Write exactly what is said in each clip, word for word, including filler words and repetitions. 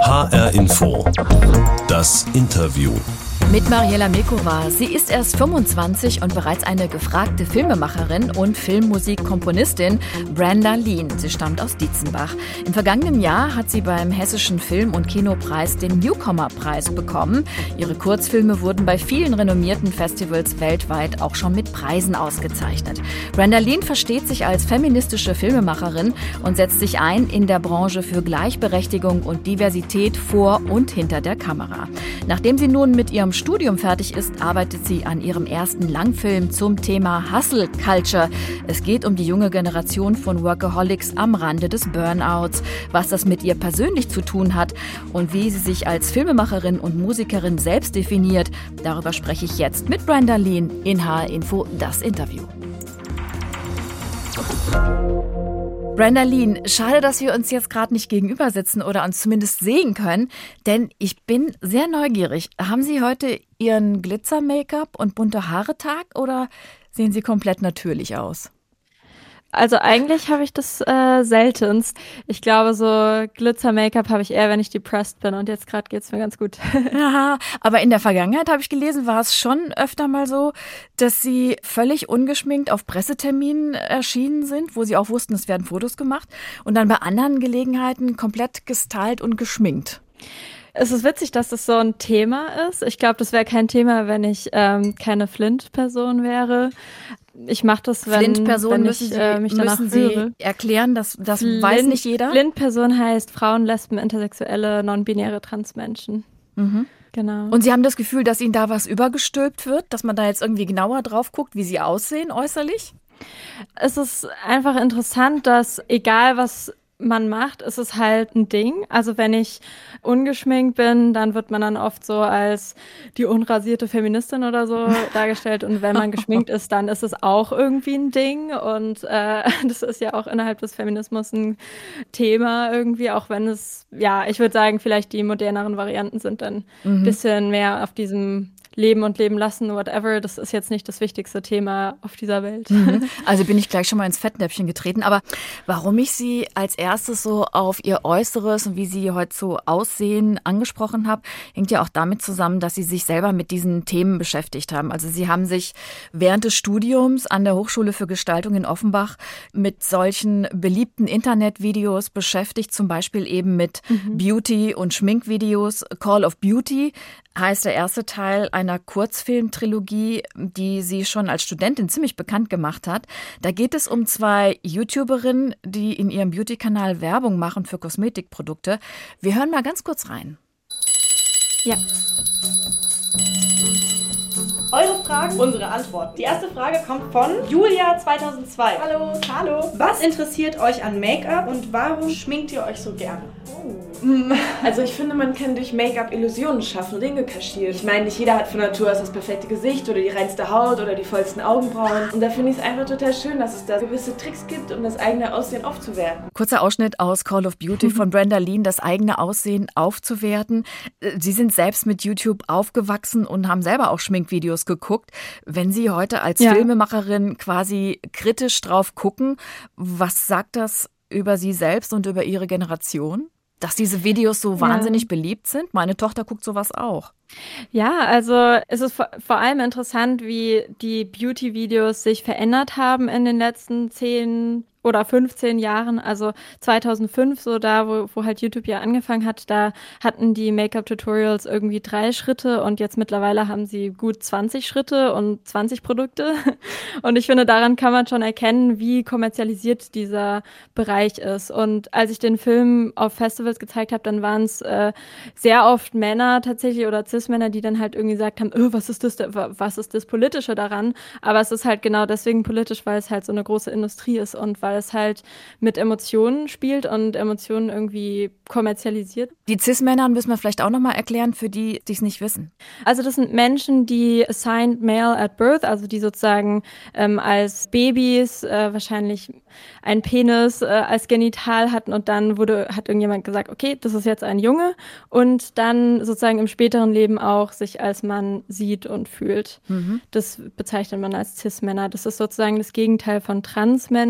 H R Info. Das Interview. Mit Mariela Mekova. Sie ist erst fünfundzwanzig und bereits eine gefragte Filmemacherin und Filmmusikkomponistin, Brenda Leen. Sie stammt aus Dietzenbach. Im vergangenen Jahr hat sie beim Hessischen Film- und Kinopreis den Newcomer-Preis bekommen. Ihre Kurzfilme wurden bei vielen renommierten Festivals weltweit auch schon mit Preisen ausgezeichnet. Brenda Leen versteht sich als feministische Filmemacherin und setzt sich ein in der Branche für Gleichberechtigung und Diversität vor und hinter der Kamera. Nachdem sie nun mit ihrem Studium fertig ist, arbeitet sie an ihrem ersten Langfilm zum Thema Hustle Culture. Es geht um die junge Generation von Workaholics am Rande des Burnouts, was das mit ihr persönlich zu tun hat und wie sie sich als Filmemacherin und Musikerin selbst definiert. Darüber spreche ich jetzt mit Brenda Leen in H R Info, das Interview. Brenda Leen, schade, dass wir uns jetzt gerade nicht gegenüber sitzen oder uns zumindest sehen können, denn ich bin sehr neugierig. Haben Sie heute Ihren Glitzer-Make-up und bunte Haare-Tag oder sehen Sie komplett natürlich aus? Also eigentlich habe ich das äh, seltenst. Ich glaube, so Glitzer-Make-up habe ich eher, wenn ich depressed bin, und jetzt gerade geht's mir ganz gut. Aha, aber in der Vergangenheit, habe ich gelesen, war es schon öfter mal so, dass Sie völlig ungeschminkt auf Presseterminen erschienen sind, wo Sie auch wussten, es werden Fotos gemacht, und dann bei anderen Gelegenheiten komplett gestylt und geschminkt. Es ist witzig, dass das so ein Thema ist. Ich glaube, das wäre kein Thema, wenn ich ähm, keine Flint-Person wäre. Ich mache das, wenn, Flint-Person wenn müssen ich Sie, äh, mich danach müssen Sie führe. erklären, das, das Flint, weiß nicht jeder. Flint-Person heißt Frauen, Lesben, Intersexuelle, non-binäre Transmenschen. Mhm. Genau. Und Sie haben das Gefühl, dass Ihnen da was übergestülpt wird, dass man da jetzt irgendwie genauer drauf guckt, wie Sie aussehen äußerlich? Es ist einfach interessant, dass egal was man macht, ist es halt ein Ding. Also wenn ich ungeschminkt bin, dann wird man dann oft so als die unrasierte Feministin oder so dargestellt. Und wenn man geschminkt ist, dann ist es auch irgendwie ein Ding. Und äh, das ist ja auch innerhalb des Feminismus ein Thema irgendwie, auch wenn es, ja, ich würde sagen, vielleicht die moderneren Varianten sind dann ein mhm. bisschen mehr auf diesem Leben und Leben lassen, whatever. Das ist jetzt nicht das wichtigste Thema auf dieser Welt. Mhm. Also bin ich gleich schon mal ins Fettnäpfchen getreten. Aber warum ich Sie als erstes so auf Ihr Äußeres und wie Sie heute so aussehen angesprochen habe, hängt ja auch damit zusammen, dass Sie sich selber mit diesen Themen beschäftigt haben. Also Sie haben sich während des Studiums an der Hochschule für Gestaltung in Offenbach mit solchen beliebten Internetvideos beschäftigt, zum Beispiel eben mit mhm. Beauty- und Schminkvideos. Call of Beauty heißt der erste Teil einer Kurzfilmtrilogie, die sie schon als Studentin ziemlich bekannt gemacht hat. Da geht es um zwei YouTuberinnen, die in ihrem Beauty-Kanal Werbung machen für Kosmetikprodukte. Wir hören mal ganz kurz rein. Ja. Eure Fragen, unsere Antworten. Die erste Frage kommt von Julia zweitausendzwei. Hallo. Hallo. Was interessiert euch an Make-up und warum schminkt ihr euch so gerne? Oh. Also ich finde, man kann durch Make-up Illusionen schaffen, Dinge kaschieren. Ich meine, nicht jeder hat von Natur aus das perfekte Gesicht oder die reinste Haut oder die vollsten Augenbrauen. Und da finde ich es einfach total schön, dass es da gewisse Tricks gibt, um das eigene Aussehen aufzuwerten. Kurzer Ausschnitt aus Call of Beauty von Brenda Leen, das eigene Aussehen aufzuwerten. Sie sind selbst mit YouTube aufgewachsen und haben selber auch Schminkvideos geguckt. Wenn Sie heute als ja. Filmemacherin quasi kritisch drauf gucken, was sagt das über Sie selbst und über Ihre Generation? Dass diese Videos so wahnsinnig ja. beliebt sind? Meine Tochter guckt sowas auch. Ja, also es ist vor, vor allem interessant, wie die Beauty-Videos sich verändert haben in den letzten zehn oder fünfzehn Jahren. Also zweitausendfünf, so da, wo, wo halt YouTube ja angefangen hat, da hatten die Make-up-Tutorials irgendwie drei Schritte und jetzt mittlerweile haben sie gut zwanzig Schritte und zwanzig Produkte. Und ich finde, daran kann man schon erkennen, wie kommerzialisiert dieser Bereich ist. Und als ich den Film auf Festivals gezeigt habe, dann waren es äh, sehr oft Männer tatsächlich oder Cis-Männer, die dann halt irgendwie gesagt haben, oh, was ist das, was ist das Politische daran? Aber es ist halt genau deswegen politisch, weil es halt so eine große Industrie ist und weil es halt mit Emotionen spielt und Emotionen irgendwie kommerzialisiert. Die Cis-Männer müssen wir vielleicht auch nochmal erklären, für die, die es nicht wissen. Also das sind Menschen, die assigned male at birth, also die sozusagen ähm, als Babys äh, wahrscheinlich einen Penis äh, als Genital hatten und dann wurde, hat irgendjemand gesagt, okay, das ist jetzt ein Junge und dann sozusagen im späteren Leben auch sich als Mann sieht und fühlt. Mhm. Das bezeichnet man als Cis-Männer. Das ist sozusagen das Gegenteil von Trans-Menschen.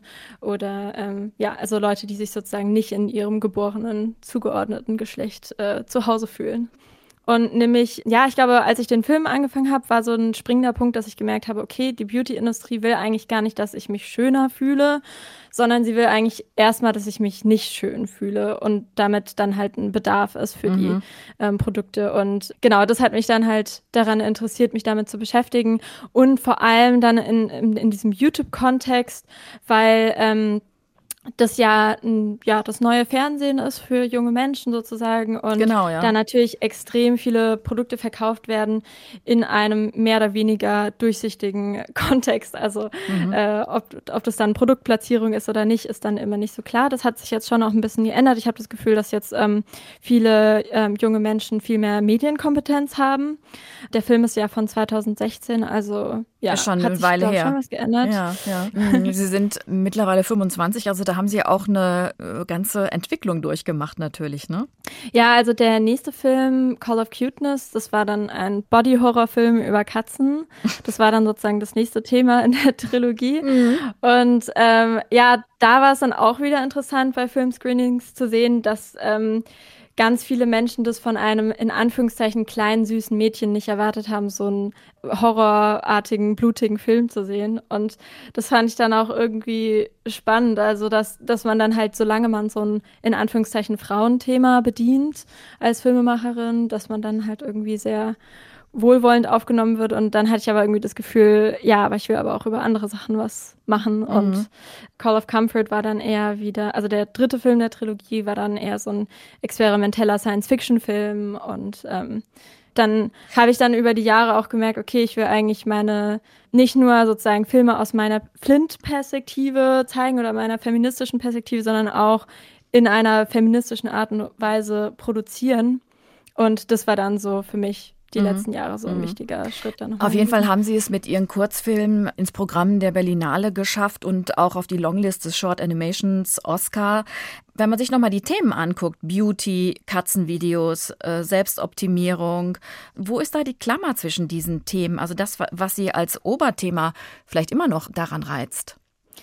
oder ähm, ja, also Leute, die sich sozusagen nicht in ihrem geborenen, zugeordneten Geschlecht äh, zu Hause fühlen. Und nämlich, ja, ich glaube, als ich den Film angefangen habe, war so ein springender Punkt, dass ich gemerkt habe, okay, die Beauty-Industrie will eigentlich gar nicht, dass ich mich schöner fühle, sondern sie will eigentlich erstmal, dass ich mich nicht schön fühle und damit dann halt ein Bedarf ist für mhm. die ähm, Produkte. Und genau, das hat mich dann halt daran interessiert, mich damit zu beschäftigen und vor allem dann in, in, in diesem YouTube-Kontext, weil ähm, das ja, ja das neue Fernsehen ist für junge Menschen sozusagen und genau, ja. da natürlich extrem viele Produkte verkauft werden in einem mehr oder weniger durchsichtigen Kontext. Also mhm. äh, ob, ob das dann Produktplatzierung ist oder nicht, ist dann immer nicht so klar. Das hat sich jetzt schon auch ein bisschen geändert. Ich habe das Gefühl, dass jetzt ähm, viele ähm, junge Menschen viel mehr Medienkompetenz haben. Der Film ist ja von zweitausendsechzehn, also ja, ist schon hat eine sich, Weile her. Schon was geändert. Ja, ja. Sie sind mittlerweile fünfundzwanzig, also da haben Sie auch eine äh, ganze Entwicklung durchgemacht natürlich, ne? Ja, also der nächste Film, Call of Cuteness, das war dann ein Body-Horror-Film über Katzen. Das war dann sozusagen das nächste Thema in der Trilogie. Mhm. Und ähm, ja, da war es dann auch wieder interessant, bei Filmscreenings zu sehen, dass ähm, ganz viele Menschen das von einem in Anführungszeichen kleinen, süßen Mädchen nicht erwartet haben, so einen horrorartigen, blutigen Film zu sehen. Und das fand ich dann auch irgendwie spannend. Also, dass, dass man dann halt, solange man so ein in Anführungszeichen Frauenthema bedient als Filmemacherin, dass man dann halt irgendwie sehr wohlwollend aufgenommen wird. Und dann hatte ich aber irgendwie das Gefühl, ja, aber ich will aber auch über andere Sachen was machen. Mhm. Und Call of Comfort war dann eher wieder, also der dritte Film der Trilogie war dann eher so ein experimenteller Science-Fiction-Film. Und ähm, dann habe ich dann über die Jahre auch gemerkt, okay, ich will eigentlich meine, nicht nur sozusagen Filme aus meiner Flint-Perspektive zeigen oder meiner feministischen Perspektive, sondern auch in einer feministischen Art und Weise produzieren. Und das war dann so für mich die mhm. letzten Jahre so ein mhm. wichtiger Schritt dann. Auf jeden Fall haben Sie es mit Ihren Kurzfilmen ins Programm der Berlinale geschafft und auch auf die Longlist des Short Animations Oscar. Wenn man sich nochmal die Themen anguckt, Beauty, Katzenvideos, äh, Selbstoptimierung, wo ist da die Klammer zwischen diesen Themen? Also das, was Sie als Oberthema vielleicht immer noch daran reizt?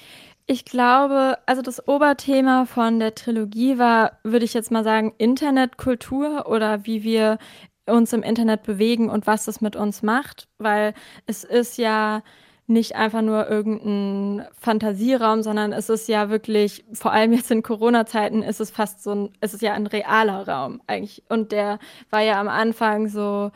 Ich glaube, also das Oberthema von der Trilogie war, würde ich jetzt mal sagen, Internetkultur oder wie wir uns im Internet bewegen und was das mit uns macht, weil es ist ja nicht einfach nur irgendein Fantasieraum, sondern es ist ja wirklich, vor allem jetzt in Corona-Zeiten, ist es fast so ein, es ist ja ein realer Raum eigentlich. Und der war ja am Anfang so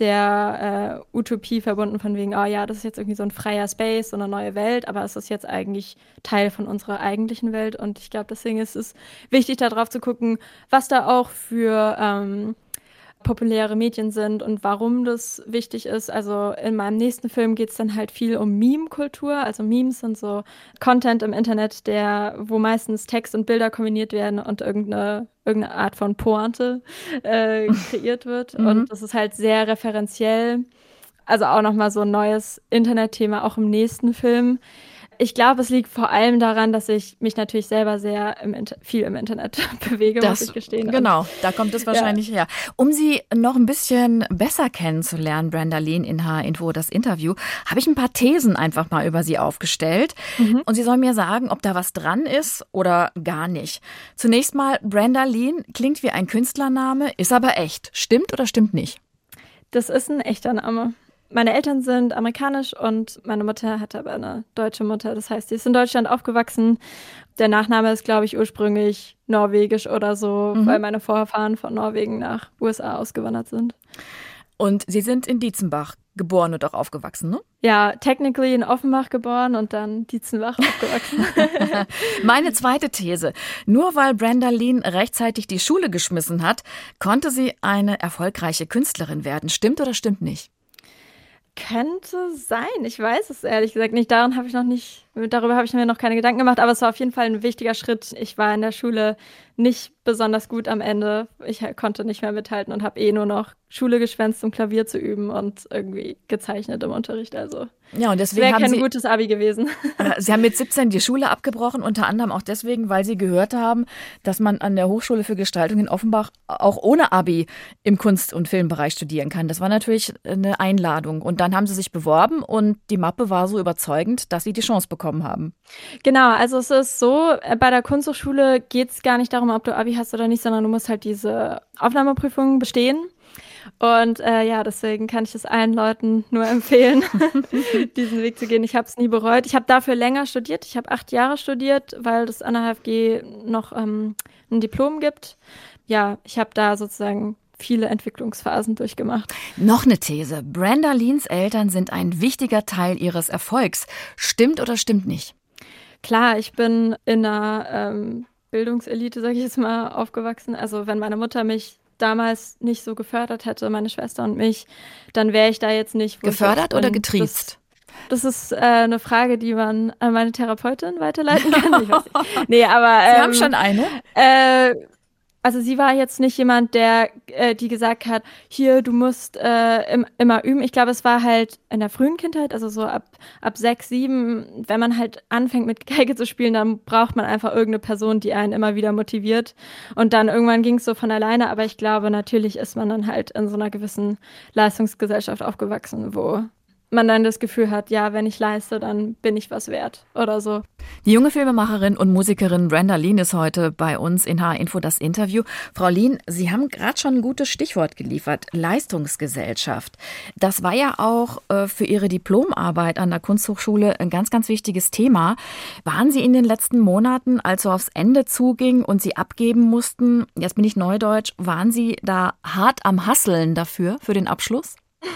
sehr äh, Utopie verbunden von wegen, oh ja, das ist jetzt irgendwie so ein freier Space, so eine neue Welt, aber es ist jetzt eigentlich Teil von unserer eigentlichen Welt. Und ich glaube, deswegen ist es wichtig, da drauf zu gucken, was da auch für ähm, populäre Medien sind und warum das wichtig ist. Also in meinem nächsten Film geht es dann halt viel um Meme-Kultur. Also Memes sind so Content im Internet, der, wo meistens Text und Bilder kombiniert werden und irgendeine, irgendeine Art von Pointe äh, kreiert wird. Mhm. Und das ist halt sehr referenziell. Also auch nochmal so ein neues Internetthema, auch im nächsten Film. Ich glaube, es liegt vor allem daran, dass ich mich natürlich selber sehr im Inter- viel im Internet bewege, das, muss ich gestehen. Genau, und, da kommt es wahrscheinlich ja. her. Um Sie noch ein bisschen besser kennenzulernen, Brenda Leen in H-Info, das Interview, habe ich ein paar Thesen einfach mal über Sie aufgestellt. Mhm. Und Sie sollen mir sagen, ob da was dran ist oder gar nicht. Zunächst mal, Brenda Leen klingt wie ein Künstlername, ist aber echt. Stimmt oder stimmt nicht? Das ist ein echter Name. Meine Eltern sind amerikanisch und meine Mutter hatte aber eine deutsche Mutter. Das heißt, sie ist in Deutschland aufgewachsen. Der Nachname ist, glaube ich, ursprünglich norwegisch oder so, mhm. weil meine Vorfahren von Norwegen nach U S A ausgewandert sind. Und Sie sind in Dietzenbach geboren und auch aufgewachsen, ne? Ja, technically in Offenbach geboren und dann Dietzenbach aufgewachsen. Meine zweite These. Nur weil Brenda Leen rechtzeitig die Schule geschmissen hat, konnte sie eine erfolgreiche Künstlerin werden. Stimmt oder stimmt nicht? Könnte sein. Ich weiß es ehrlich gesagt nicht. Daran habe ich noch nicht, darüber habe ich mir noch keine Gedanken gemacht, aber es war auf jeden Fall ein wichtiger Schritt. Ich war in der Schule nicht besonders gut am Ende. Ich konnte nicht mehr mithalten und habe eh nur noch Schule geschwänzt, um Klavier zu üben und irgendwie gezeichnet im Unterricht. Also ja, und deswegen wäre haben kein Sie, gutes Abi gewesen. Sie haben mit siebzehn die Schule abgebrochen, unter anderem auch deswegen, weil Sie gehört haben, dass man an der Hochschule für Gestaltung in Offenbach auch ohne Abi im Kunst- und Filmbereich studieren kann. Das war natürlich eine Einladung. Und dann haben Sie sich beworben und die Mappe war so überzeugend, dass Sie die Chance bekommen bekommen haben. Genau, also es ist so, bei der Kunsthochschule geht es gar nicht darum, ob du Abi hast oder nicht, sondern du musst halt diese Aufnahmeprüfungen bestehen. Und äh, ja, deswegen kann ich es allen Leuten nur empfehlen, diesen Weg zu gehen. Ich habe es nie bereut. Ich habe dafür länger studiert. Ich habe acht Jahre studiert, weil das an der H F G noch ähm, ein Diplom gibt. Ja, ich habe da sozusagen viele Entwicklungsphasen durchgemacht. Noch eine These. Brenda Leans Eltern sind ein wichtiger Teil ihres Erfolgs. Stimmt oder stimmt nicht? Klar, ich bin in einer ähm, Bildungselite, sage ich jetzt mal, aufgewachsen. Also wenn meine Mutter mich damals nicht so gefördert hätte, meine Schwester und mich, dann wäre ich da jetzt nicht. Gefördert oder getriezt? Das, das ist äh, eine Frage, die man an meine Therapeutin weiterleiten kann. Ich weiß nicht. Nee, aber Sie ähm, haben schon eine? Äh, Also sie war jetzt nicht jemand, der äh, die gesagt hat, hier, du musst äh, im, immer üben. Ich glaube, es war halt in der frühen Kindheit, also so ab, ab sechs, sieben, wenn man halt anfängt mit Geige zu spielen, dann braucht man einfach irgendeine Person, die einen immer wieder motiviert. Und dann irgendwann ging es so von alleine. Aber ich glaube, natürlich ist man dann halt in so einer gewissen Leistungsgesellschaft aufgewachsen, wo man dann das Gefühl hat, ja, wenn ich leiste, dann bin ich was wert oder so. Die junge Filmemacherin und Musikerin Brenda Lean ist heute bei uns in H R-Info das Interview. Frau Lean, Sie haben gerade schon ein gutes Stichwort geliefert, Leistungsgesellschaft. Das war ja auch äh, für Ihre Diplomarbeit an der Kunsthochschule ein ganz, ganz wichtiges Thema. Waren Sie in den letzten Monaten, als so aufs Ende zuging und Sie abgeben mussten, jetzt bin ich neudeutsch, waren Sie da hart am Hasseln dafür, für den Abschluss?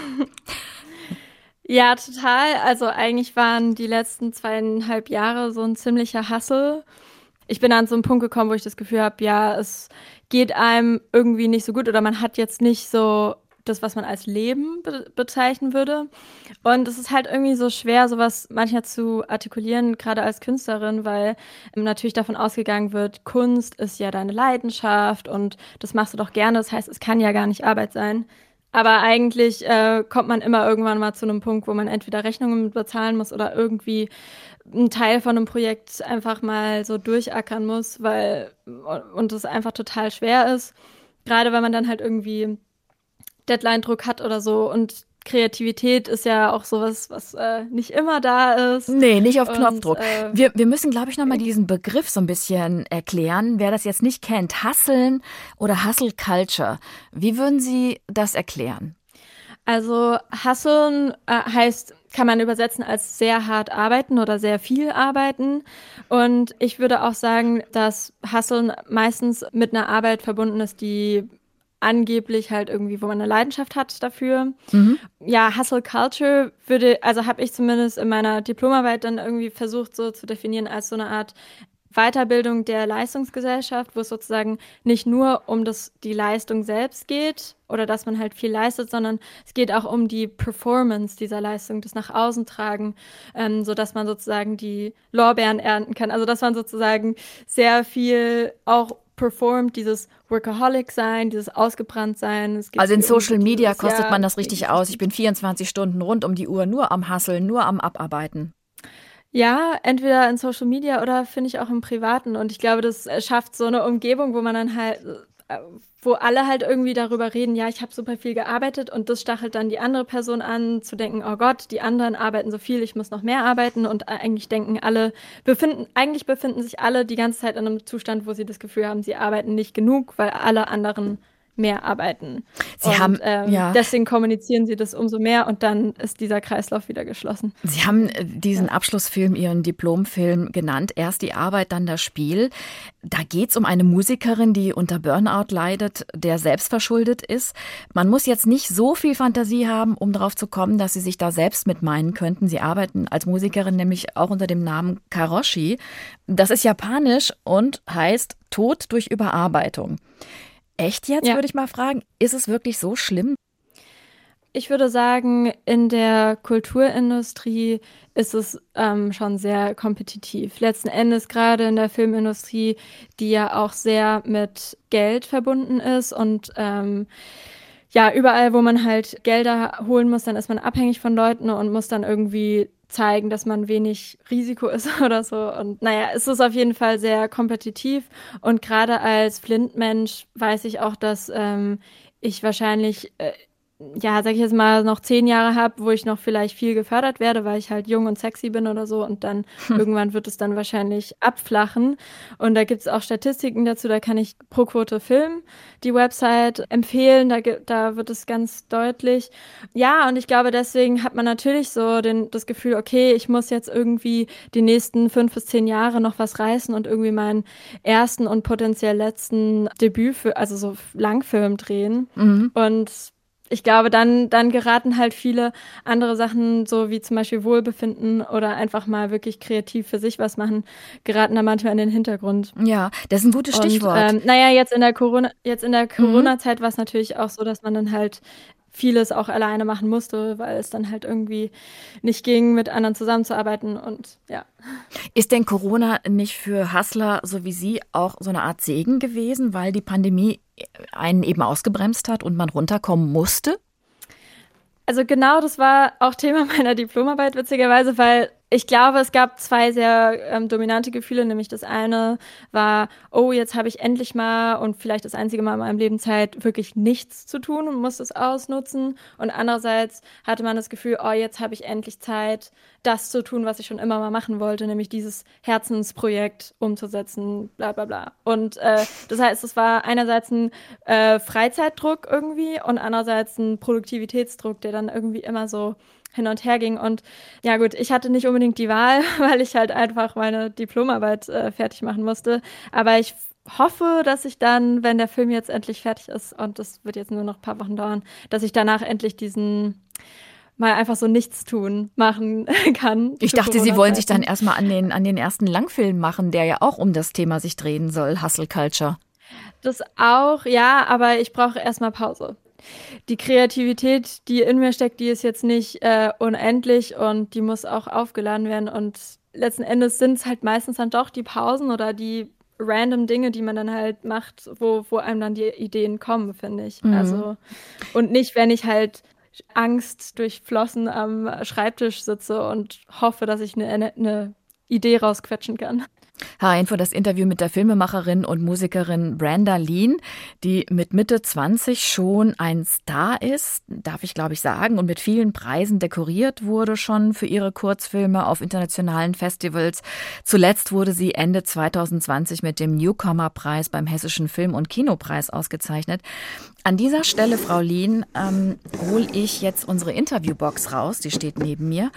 Ja, total. Also eigentlich waren die letzten zweieinhalb Jahre so ein ziemlicher Hassel. Ich bin an so einen Punkt gekommen, wo ich das Gefühl habe, ja, es geht einem irgendwie nicht so gut oder man hat jetzt nicht so das, was man als Leben be- bezeichnen würde. Und es ist halt irgendwie so schwer, sowas manchmal zu artikulieren, gerade als Künstlerin, weil natürlich davon ausgegangen wird, Kunst ist ja deine Leidenschaft und das machst du doch gerne. Das heißt, es kann ja gar nicht Arbeit sein. Aber eigentlich äh, kommt man immer irgendwann mal zu einem Punkt, wo man entweder Rechnungen bezahlen muss oder irgendwie einen Teil von einem Projekt einfach mal so durchackern muss, weil und es einfach total schwer ist. Gerade wenn man dann halt irgendwie Deadline-Druck hat oder so und Kreativität ist ja auch sowas, was äh, nicht immer da ist. Nee, nicht auf und, Knopfdruck. Äh, wir, wir müssen, glaube ich, nochmal diesen Begriff so ein bisschen erklären. Wer das jetzt nicht kennt, Hustlen oder Hustle Culture. Wie würden Sie das erklären? Also Hustlen äh, heißt, kann man übersetzen als sehr hart arbeiten oder sehr viel arbeiten. Und ich würde auch sagen, dass Hustlen meistens mit einer Arbeit verbunden ist, die angeblich halt irgendwie, wo man eine Leidenschaft hat dafür. Mhm. Ja, Hustle Culture würde, also habe ich zumindest in meiner Diplomarbeit dann irgendwie versucht so zu definieren als so eine Art Weiterbildung der Leistungsgesellschaft, wo es sozusagen nicht nur um das, die Leistung selbst geht oder dass man halt viel leistet, sondern es geht auch um die Performance dieser Leistung, das nach außen tragen, ähm, sodass man sozusagen die Lorbeeren ernten kann. Also dass man sozusagen sehr viel auch performt, dieses Workaholic-Sein, dieses Ausgebrannt-Sein. Also in Social Media kostet Jahr, man das richtig aus. Ich bin vierundzwanzig Stunden rund um die Uhr nur am Hustlen, nur am Abarbeiten. Ja, entweder in Social Media oder finde ich auch im Privaten. Und ich glaube, das schafft so eine Umgebung, wo man dann halt, wo alle halt irgendwie darüber reden, ja, ich habe super viel gearbeitet und das stachelt dann die andere Person an, zu denken, oh Gott, die anderen arbeiten so viel, ich muss noch mehr arbeiten und eigentlich denken alle, befinden, eigentlich befinden sich alle die ganze Zeit in einem Zustand, wo sie das Gefühl haben, sie arbeiten nicht genug, weil alle anderen mehr arbeiten. Sie und, haben, ähm, ja. Deswegen kommunizieren sie das umso mehr und dann ist dieser Kreislauf wieder geschlossen. Sie haben diesen ja. Abschlussfilm, Ihren Diplomfilm genannt, erst die Arbeit, dann das Spiel. Da geht es um eine Musikerin, die unter Burnout leidet, der selbstverschuldet ist. Man muss jetzt nicht so viel Fantasie haben, um darauf zu kommen, dass Sie sich da selbst mit meinen könnten. Sie arbeiten als Musikerin nämlich auch unter dem Namen Karoshi. Das ist japanisch und heißt Tod durch Überarbeitung. Echt jetzt, ja. würde ich mal fragen, ist es wirklich so schlimm? Ich würde sagen, in der Kulturindustrie ist es ähm, schon sehr kompetitiv. Letzten Endes gerade in der Filmindustrie, die ja auch sehr mit Geld verbunden ist und ähm, ja, überall, wo man halt Gelder holen muss, dann ist man abhängig von Leuten und muss dann irgendwie zeigen, dass man wenig Risiko ist oder so. Und naja, es ist auf jeden Fall sehr kompetitiv. Und gerade als Blindmensch weiß ich auch, dass ähm, ich wahrscheinlich äh, ja, sag ich jetzt mal, noch zehn Jahre habe, wo ich noch vielleicht viel gefördert werde, weil ich halt jung und sexy bin oder so und dann hm. irgendwann wird es dann wahrscheinlich abflachen. Und da gibt es auch Statistiken dazu, da kann ich Pro Quote Film, die Website, empfehlen, da, da wird es ganz deutlich. Ja, und ich glaube, deswegen hat man natürlich so den, das Gefühl, okay, ich muss jetzt irgendwie die nächsten fünf bis zehn Jahre noch was reißen und irgendwie meinen ersten und potenziell letzten Debütfilm, also so Langfilm drehen. Mhm. Und ich glaube, dann, dann geraten halt viele andere Sachen, so wie zum Beispiel Wohlbefinden oder einfach mal wirklich kreativ für sich was machen, geraten da manchmal in den Hintergrund. Ja, das ist ein gutes Stichwort. Und, ähm, naja, jetzt in der Corona, jetzt in der Corona-Zeit war es natürlich auch so, dass man dann halt vieles auch alleine machen musste, weil es dann halt irgendwie nicht ging, mit anderen zusammenzuarbeiten und ja. Ist denn Corona nicht für Hustler so wie Sie auch so eine Art Segen gewesen, weil die Pandemie einen eben ausgebremst hat und man runterkommen musste? Also genau, das war auch Thema meiner Diplomarbeit witzigerweise, weil ich glaube, es gab zwei sehr ähm, dominante Gefühle, nämlich das eine war, oh, jetzt habe ich endlich mal und vielleicht das einzige Mal in meinem Leben Zeit, wirklich nichts zu tun und muss es ausnutzen. Und andererseits hatte man das Gefühl, oh, jetzt habe ich endlich Zeit, das zu tun, was ich schon immer mal machen wollte, nämlich dieses Herzensprojekt umzusetzen, bla bla bla. Und äh, das heißt, es war einerseits ein äh, Freizeitdruck irgendwie und andererseits ein Produktivitätsdruck, der dann irgendwie immer so hin und her ging. Und ja gut, ich hatte nicht unbedingt die Wahl, weil ich halt einfach meine Diplomarbeit äh, fertig machen musste. Aber ich hoffe, dass ich dann, wenn der Film jetzt endlich fertig ist, und das wird jetzt nur noch ein paar Wochen dauern, dass ich danach endlich diesen mal einfach so Nichtstun machen kann. Ich dachte, Sie wollen sich dann erstmal an den, an den ersten Langfilm machen, der ja auch um das Thema sich drehen soll, Hustle Culture. Das auch, ja, aber ich brauche erstmal Pause. Die Kreativität, die in mir steckt, die ist jetzt nicht äh, unendlich und die muss auch aufgeladen werden. Und letzten Endes sind es halt meistens dann doch die Pausen oder die random Dinge, die man dann halt macht, wo, wo einem dann die Ideen kommen, finde ich. Mhm. Also, und nicht, wenn ich halt Angst durchflossen am Schreibtisch sitze und hoffe, dass ich eine, eine Idee rausquetschen kann. H-Info, das Interview mit der Filmemacherin und Musikerin Brenda Lean, die mit Mitte zwanzig schon ein Star ist, darf ich glaube ich sagen, und mit vielen Preisen dekoriert wurde schon für ihre Kurzfilme auf internationalen Festivals. Zuletzt wurde sie Ende zwanzig zwanzig mit dem Newcomer-Preis beim Hessischen Film- und Kinopreis ausgezeichnet. An dieser Stelle, Frau Lean, ähm, hole ich jetzt unsere Interviewbox raus, die steht neben mir,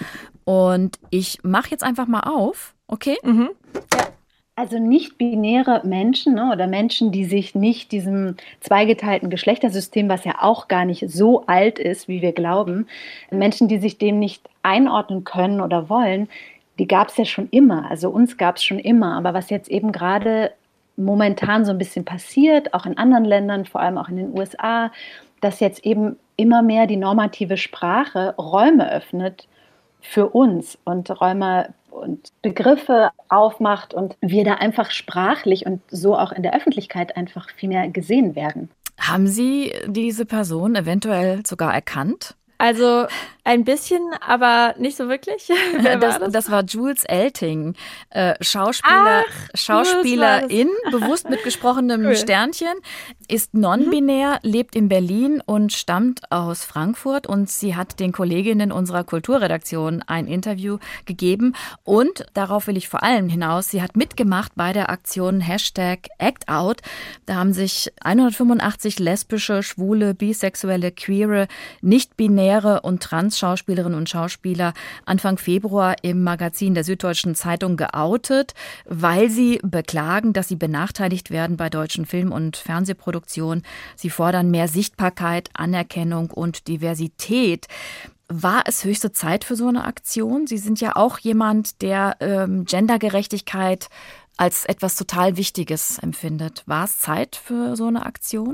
und ich mache jetzt einfach mal auf, okay? Mhm. Ja. Also nicht-binäre Menschen, ne, oder Menschen, die sich nicht diesem zweigeteilten Geschlechtersystem, was ja auch gar nicht so alt ist, wie wir glauben, Menschen, die sich dem nicht einordnen können oder wollen, die gab es ja schon immer. Also uns gab es schon immer. Aber was jetzt eben gerade momentan so ein bisschen passiert, auch in anderen Ländern, vor allem auch in den U S A, dass jetzt eben immer mehr die normative Sprache Räume öffnet für uns und Räume und Begriffe aufmacht und wir da einfach sprachlich und so auch in der Öffentlichkeit einfach viel mehr gesehen werden. Haben Sie diese Person eventuell sogar erkannt? Also ein bisschen, aber nicht so wirklich. Wer das, war das? das war Jules Elting, äh, Schauspieler, Ach, Schauspielerin, bewusst mit gesprochenem cool. Sternchen, ist non-binär, mhm. lebt in Berlin und stammt aus Frankfurt. Und sie hat den Kolleginnen unserer Kulturredaktion ein Interview gegeben. Und darauf will ich vor allem hinaus, sie hat mitgemacht bei der Aktion Hashtag Act Out. Da haben sich hundertfünfundachtzig lesbische, schwule, bisexuelle, queere, nicht-binäre und Trans-Schauspielerinnen und Schauspieler Anfang Februar im Magazin der Süddeutschen Zeitung geoutet, weil sie beklagen, dass sie benachteiligt werden bei deutschen Film- und Fernsehproduktionen. Sie fordern mehr Sichtbarkeit, Anerkennung und Diversität. War es höchste Zeit für so eine Aktion? Sie sind ja auch jemand, der ähm, Gendergerechtigkeit als etwas total Wichtiges empfindet. War es Zeit für so eine Aktion?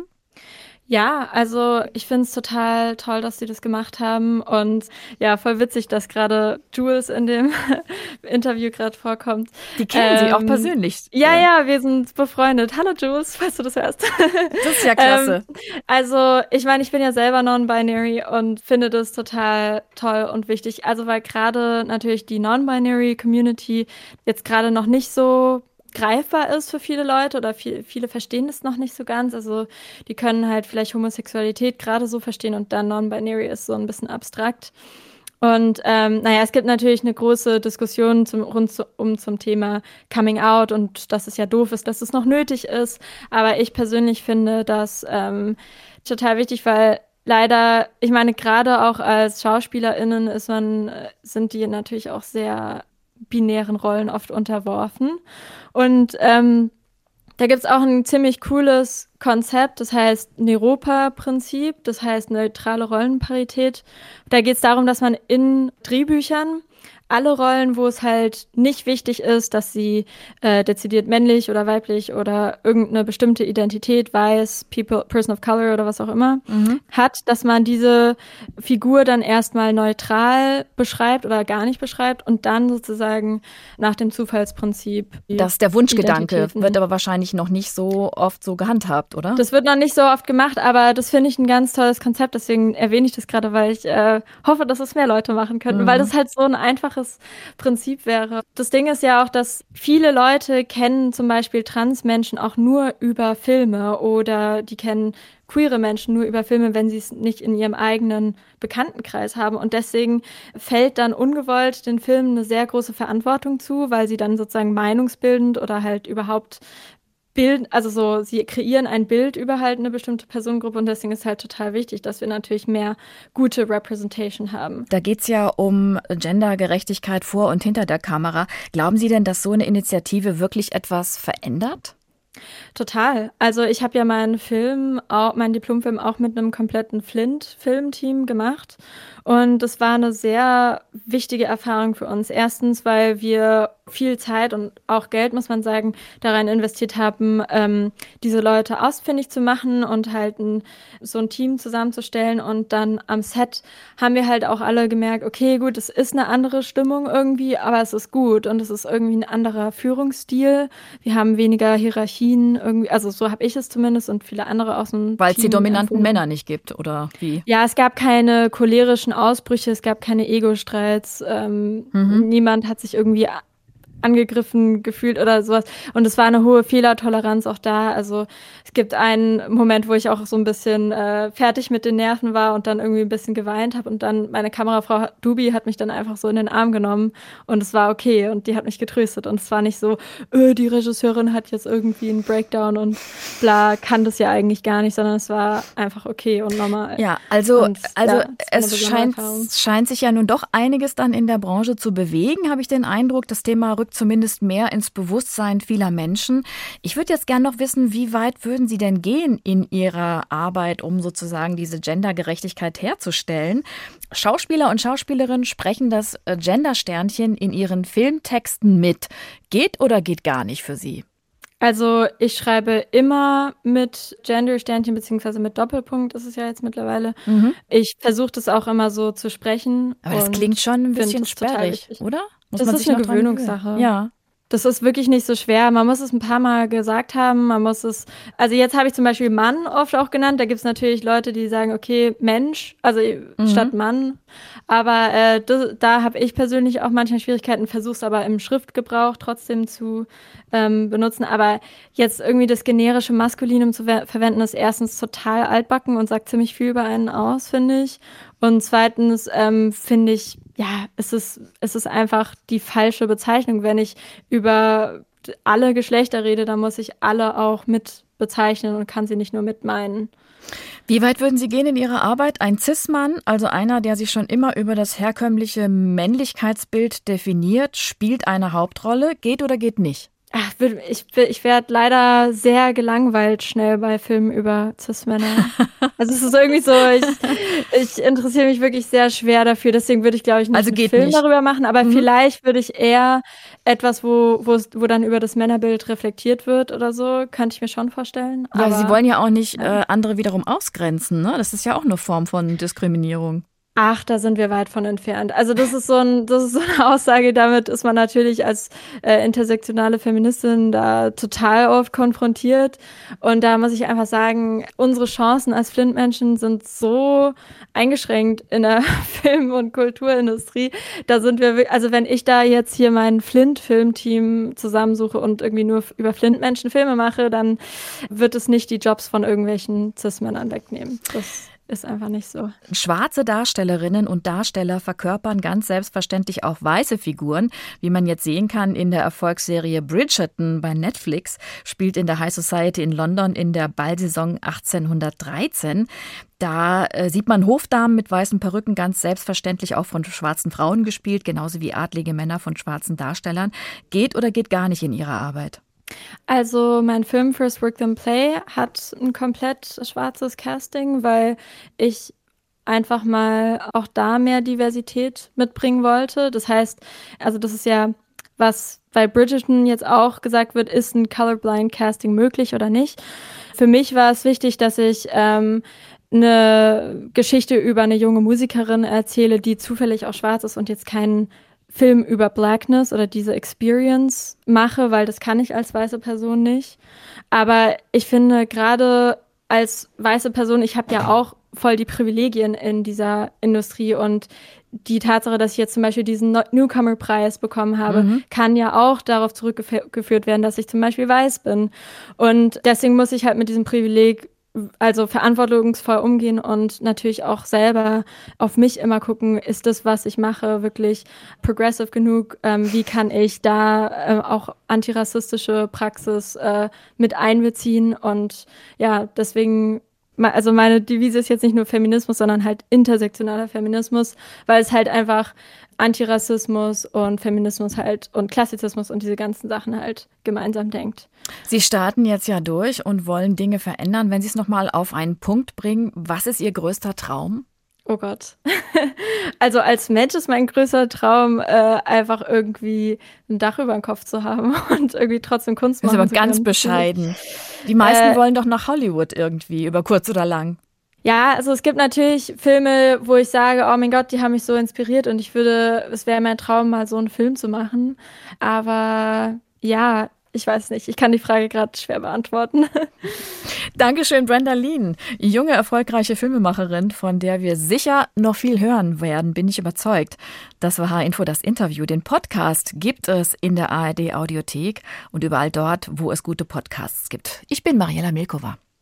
Ja, also ich finde es total toll, dass sie das gemacht haben und ja, voll witzig, dass gerade Jules in dem Interview gerade vorkommt. Die kennen ähm, Sie auch persönlich. Ja, ja, wir sind befreundet. Hallo Jules, falls du das hörst. Das ist ja klasse. ähm, also ich meine, ich bin ja selber non-binary und finde das total toll und wichtig. Also weil gerade natürlich die non-binary Community jetzt gerade noch nicht so greifbar ist für viele Leute oder viel, viele verstehen das noch nicht so ganz. Also die können halt vielleicht Homosexualität gerade so verstehen und dann Non-Binary ist so ein bisschen abstrakt. Und ähm, naja, es gibt natürlich eine große Diskussion zum, rund zu, um zum Thema Coming Out und dass es ja doof ist, dass es noch nötig ist. Aber ich persönlich finde das ähm, total wichtig, weil leider, ich meine, gerade auch als SchauspielerInnen ist man, sind die natürlich auch sehr binären Rollen oft unterworfen. Und ähm, da gibt es auch ein ziemlich cooles Konzept, das heißt Neropa-Prinzip, das heißt neutrale Rollenparität. Da geht es darum, dass man in Drehbüchern alle Rollen, wo es halt nicht wichtig ist, dass sie äh, dezidiert männlich oder weiblich oder irgendeine bestimmte Identität, weiß, people, person of color oder was auch immer, mhm. hat, dass man diese Figur dann erstmal neutral beschreibt oder gar nicht beschreibt und dann sozusagen nach dem Zufallsprinzip. Das ist der Wunschgedanke, wird aber wahrscheinlich noch nicht so oft so gehandhabt, oder? Das wird noch nicht so oft gemacht, aber das finde ich ein ganz tolles Konzept, deswegen erwähne ich das gerade, weil ich äh, hoffe, dass es mehr Leute machen könnten, mhm. weil das halt so ein einfaches Prinzip wäre. Das Ding ist ja auch, dass viele Leute kennen zum Beispiel Transmenschen auch nur über Filme oder die kennen queere Menschen nur über Filme, wenn sie es nicht in ihrem eigenen Bekanntenkreis haben. Und deswegen fällt dann ungewollt den Filmen eine sehr große Verantwortung zu, weil sie dann sozusagen meinungsbildend oder halt überhaupt bilden, also so, sie kreieren ein Bild über halt eine bestimmte Personengruppe und deswegen ist halt total wichtig, dass wir natürlich mehr gute Representation haben. Da geht's ja um Gendergerechtigkeit vor und hinter der Kamera. Glauben Sie denn, dass so eine Initiative wirklich etwas verändert? Total. Also ich habe ja meinen Film, auch, meinen Diplomfilm auch mit einem kompletten Flint-Filmteam gemacht und das war eine sehr wichtige Erfahrung für uns. Erstens, weil wir viel Zeit und auch Geld, muss man sagen, daran investiert haben, ähm, diese Leute ausfindig zu machen und halt ein, so ein Team zusammenzustellen und dann am Set haben wir halt auch alle gemerkt, okay, gut, es ist eine andere Stimmung irgendwie, aber es ist gut und es ist irgendwie ein anderer Führungsstil. Wir haben weniger Hierarchien irgendwie, also so habe ich es zumindest und viele andere aus dem Weil es die dominanten empfunden. Männer nicht gibt, oder wie? Ja, es gab keine cholerischen Ausbrüche, es gab keine Ego-Streits, ähm, mhm. niemand hat sich irgendwie angegriffen gefühlt oder sowas. Und es war eine hohe Fehlertoleranz auch da. Also es gibt einen Moment, wo ich auch so ein bisschen äh, fertig mit den Nerven war und dann irgendwie ein bisschen geweint habe. Und dann meine Kamerafrau Dubi hat mich dann einfach so in den Arm genommen und es war okay und die hat mich getröstet. Und es war nicht so, öh, die Regisseurin hat jetzt irgendwie einen Breakdown und bla, kann das ja eigentlich gar nicht, sondern es war einfach okay und normal. Ja, also, und, also ja, es scheint, scheint sich ja nun doch einiges dann in der Branche zu bewegen, habe ich den Eindruck. Das Thema rückt zumindest mehr ins Bewusstsein vieler Menschen. Ich würde jetzt gerne noch wissen, wie weit würden Sie denn gehen in Ihrer Arbeit, um sozusagen diese Gendergerechtigkeit herzustellen? Schauspieler und Schauspielerinnen sprechen das Gendersternchen in ihren Filmtexten mit. Geht oder geht gar nicht für Sie? Also ich schreibe immer mit Gendersternchen beziehungsweise mit Doppelpunkt, ist es ja jetzt mittlerweile. Mhm. Ich versuche das auch immer so zu sprechen. Aber das klingt schon ein bisschen sperrig, oder? Muss das man ist sich eine Gewöhnungssache. Ja. Das ist wirklich nicht so schwer. Man muss es ein paar Mal gesagt haben. Man muss es. Also jetzt habe ich zum Beispiel Mann oft auch genannt. Da gibt es natürlich Leute, die sagen, okay, Mensch, also mhm. statt Mann. Aber äh, das, da habe ich persönlich auch manchmal Schwierigkeiten, versuche es aber im Schriftgebrauch trotzdem zu ähm, benutzen. Aber jetzt irgendwie das generische Maskulinum zu ver- verwenden, ist erstens total altbacken und sagt ziemlich viel über einen aus, finde ich. Und zweitens ähm, finde ich, ja, es ist, es ist einfach die falsche Bezeichnung. Wenn ich über alle Geschlechter rede, dann muss ich alle auch mit bezeichnen und kann sie nicht nur mit meinen. Wie weit würden Sie gehen in Ihrer Arbeit? Ein Cis-Mann, also einer, der sich schon immer über das herkömmliche Männlichkeitsbild definiert, spielt eine Hauptrolle. Geht oder geht nicht? Ach, ich, ich werde leider sehr gelangweilt schnell bei Filmen über Cis-Männer. Also es ist irgendwie so, ich, ich interessiere mich wirklich sehr schwer dafür. Deswegen würde ich, glaube ich, nicht also einen Film nicht. darüber machen. Aber mhm. vielleicht würde ich eher etwas, wo, wo, wo dann über das Männerbild reflektiert wird oder so, könnte ich mir schon vorstellen. Ja, aber Sie wollen ja auch nicht ja. äh, andere wiederum ausgrenzen, ne? Das ist ja auch eine Form von Diskriminierung. Ach, da sind wir weit von entfernt. Also das ist so ein, das ist so eine Aussage, damit ist man natürlich als äh, intersektionale Feministin da total oft konfrontiert. Und da muss ich einfach sagen, unsere Chancen als Flint-Menschen sind so eingeschränkt in der Film- und Kulturindustrie. Da sind wir, also wenn ich da jetzt hier mein Flint-Filmteam zusammensuche und irgendwie nur über Flint-Menschen Filme mache, dann wird es nicht die Jobs von irgendwelchen Cis-Männern wegnehmen. Das ist einfach nicht so. Schwarze Darstellerinnen und Darsteller verkörpern ganz selbstverständlich auch weiße Figuren. Wie man jetzt sehen kann in der Erfolgsserie Bridgerton bei Netflix, spielt in der High Society in London in der Ballsaison achtzehnhundertdreizehn. Da äh, sieht man Hofdamen mit weißen Perücken ganz selbstverständlich auch von schwarzen Frauen gespielt, genauso wie adlige Männer von schwarzen Darstellern. Geht oder geht gar nicht in ihrer Arbeit? Also mein Film First Work Then Play hat ein komplett schwarzes Casting, weil ich einfach mal auch da mehr Diversität mitbringen wollte. Das heißt, also das ist ja, was bei Bridgerton jetzt auch gesagt wird, ist ein Colorblind Casting möglich oder nicht. Für mich war es wichtig, dass ich ähm, eine Geschichte über eine junge Musikerin erzähle, die zufällig auch schwarz ist und jetzt keinen Film über Blackness oder diese Experience mache, weil das kann ich als weiße Person nicht. Aber ich finde, gerade als weiße Person, ich habe ja auch voll die Privilegien in dieser Industrie und die Tatsache, dass ich jetzt zum Beispiel diesen Newcomer-Preis bekommen habe, mhm. kann ja auch darauf zurückgeführt werden, dass ich zum Beispiel weiß bin. Und deswegen muss ich halt mit diesem Privileg also verantwortungsvoll umgehen und natürlich auch selber auf mich immer gucken, ist das, was ich mache, wirklich progressive genug? Ähm, wie kann ich da äh, auch antirassistische Praxis äh, mit einbeziehen? Und ja, deswegen, also meine Devise ist jetzt nicht nur Feminismus, sondern halt intersektionaler Feminismus, weil es halt einfach Antirassismus und Feminismus halt und Klassizismus und diese ganzen Sachen halt gemeinsam denkt. Sie starten jetzt ja durch und wollen Dinge verändern. Wenn Sie es nochmal auf einen Punkt bringen, was ist Ihr größter Traum? Oh Gott. Also als Mensch ist mein größter Traum, äh, einfach irgendwie ein Dach über dem Kopf zu haben und irgendwie trotzdem Kunst machen zu können. Das ist aber ganz bescheiden. Die meisten äh, wollen doch nach Hollywood irgendwie, über kurz oder lang. Ja, also es gibt natürlich Filme, wo ich sage, oh mein Gott, die haben mich so inspiriert und ich würde, es wäre mein Traum, mal so einen Film zu machen. Aber ja, ich weiß nicht, ich kann die Frage gerade schwer beantworten. Dankeschön, Brenda Leen, junge, erfolgreiche Filmemacherin, von der wir sicher noch viel hören werden, bin ich überzeugt. Das war H-Info, das Interview. Den Podcast gibt es in der A R D Audiothek und überall dort, wo es gute Podcasts gibt. Ich bin Mariella Milkova.